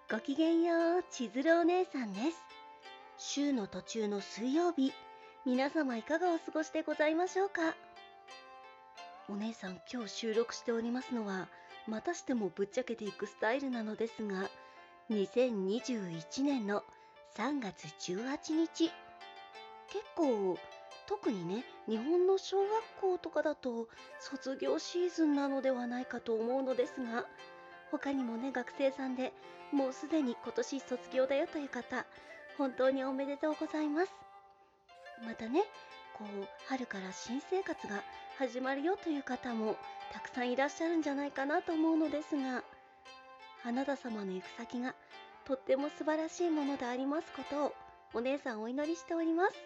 ごきげんよう、千鶴お姉さんです。週の途中の水曜日、皆様いかがお過ごしでございましょうか。お姉さん、今日収録しておりますのは、またしてもぶっちゃけていくスタイルなのですが、2021年の3月18日、結構、特にね、日本の小学校とかだと卒業シーズンなのではないかと思うのですが、他にもね、学生さんでもうすでに今年卒業だよという方、本当におめでとうございます。またね、春から新生活が始まるよという方もたくさんいらっしゃるんじゃないかなと思うのですが、あなた様の行く先がとっても素晴らしいものでありますことをお姉さんお祈りしております。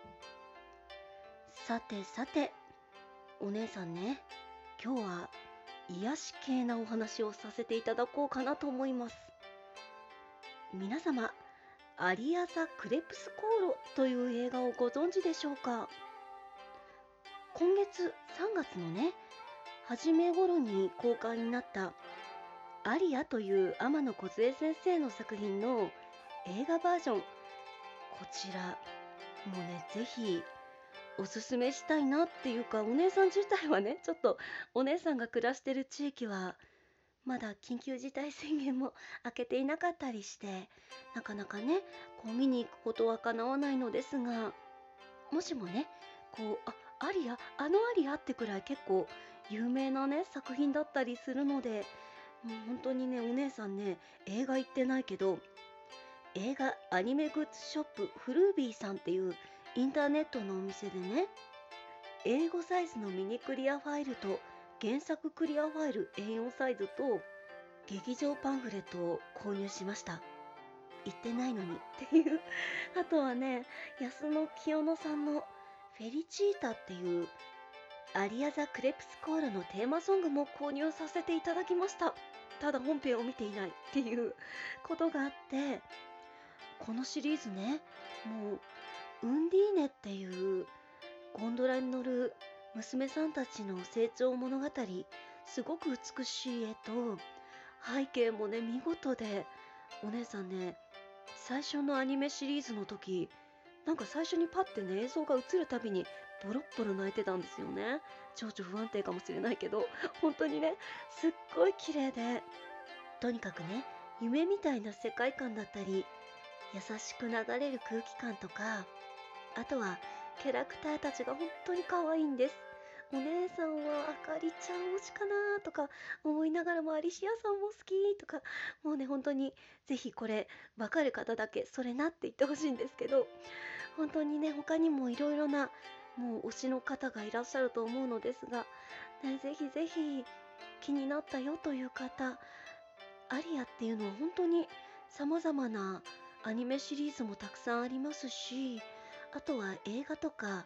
さてさて、お姉さんね、今日は癒し系なお話をさせていただこうかなと思います。皆様、アリアザ・クレプスコーロという映画をご存知でしょうか。今月3月のね、初め頃に公開になったアリアという天野梢先生の作品の映画バージョン、こちら、もうね、ぜひおすすめしたいなっていうか、お姉さん自体はね、ちょっとお姉さんが暮らしてる地域はまだ緊急事態宣言も明けていなかったりして、なかなかね、見に行くことは叶わないのですが、もしもね、アリア、あのアリアってくらい結構有名なね、作品だったりするので、もう本当にね、お姉さんね、映画行ってないけど、映画アニメグッズショップフルービーさんっていうインターネットのお店でね、英語サイズのミニクリアファイルと原作クリアファイル A4 サイズと劇場パンフレットを購入しました。行ってないのにっていう。あとはね、安野清野さんのフェリチータっていうアリアザ・クレプスコーラのテーマソングも購入させていただきました。ただ本編を見ていないっていうことがあって、このシリーズね、もう、ウンディーネっていうゴンドラに乗る娘さんたちの成長物語、すごく美しい絵と、背景もね、見事で、お姉さんね、最初のアニメシリーズの時、なんか最初にパッてね、映像が映るたびに、ボロッボロ泣いてたんですよね。情緒不安定かもしれないけど、本当にね、すっごい綺麗で、とにかくね、夢みたいな世界観だったり、優しく流れる空気感とか、あとはキャラクターたちが本当に可愛いんです。お姉さんはあかりちゃん推しかなとか思いながらもアリシアさんも好きとか、もうね、本当にぜひこれわかる方だけそれなって言ってほしいんですけど、本当にね、他にもいろいろなもう推しの方がいらっしゃると思うのですが、ね、ぜひぜひ気になったよという方、アリアっていうのは本当に様々なアニメシリーズもたくさんありますし、あとは映画とか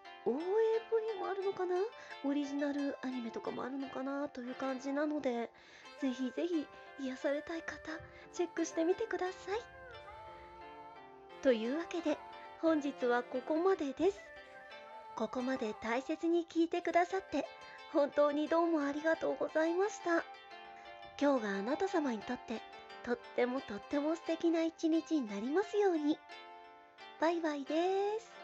OAV もあるのかな、オリジナルアニメとかもあるのかなという感じなので、ぜひぜひ癒されたい方、チェックしてみてください。というわけで、本日はここまでです。ここまで大切に聞いてくださって、本当にどうもありがとうございました。今日があなた様にとって、とってもとっても素敵な一日になりますように。バイバイです。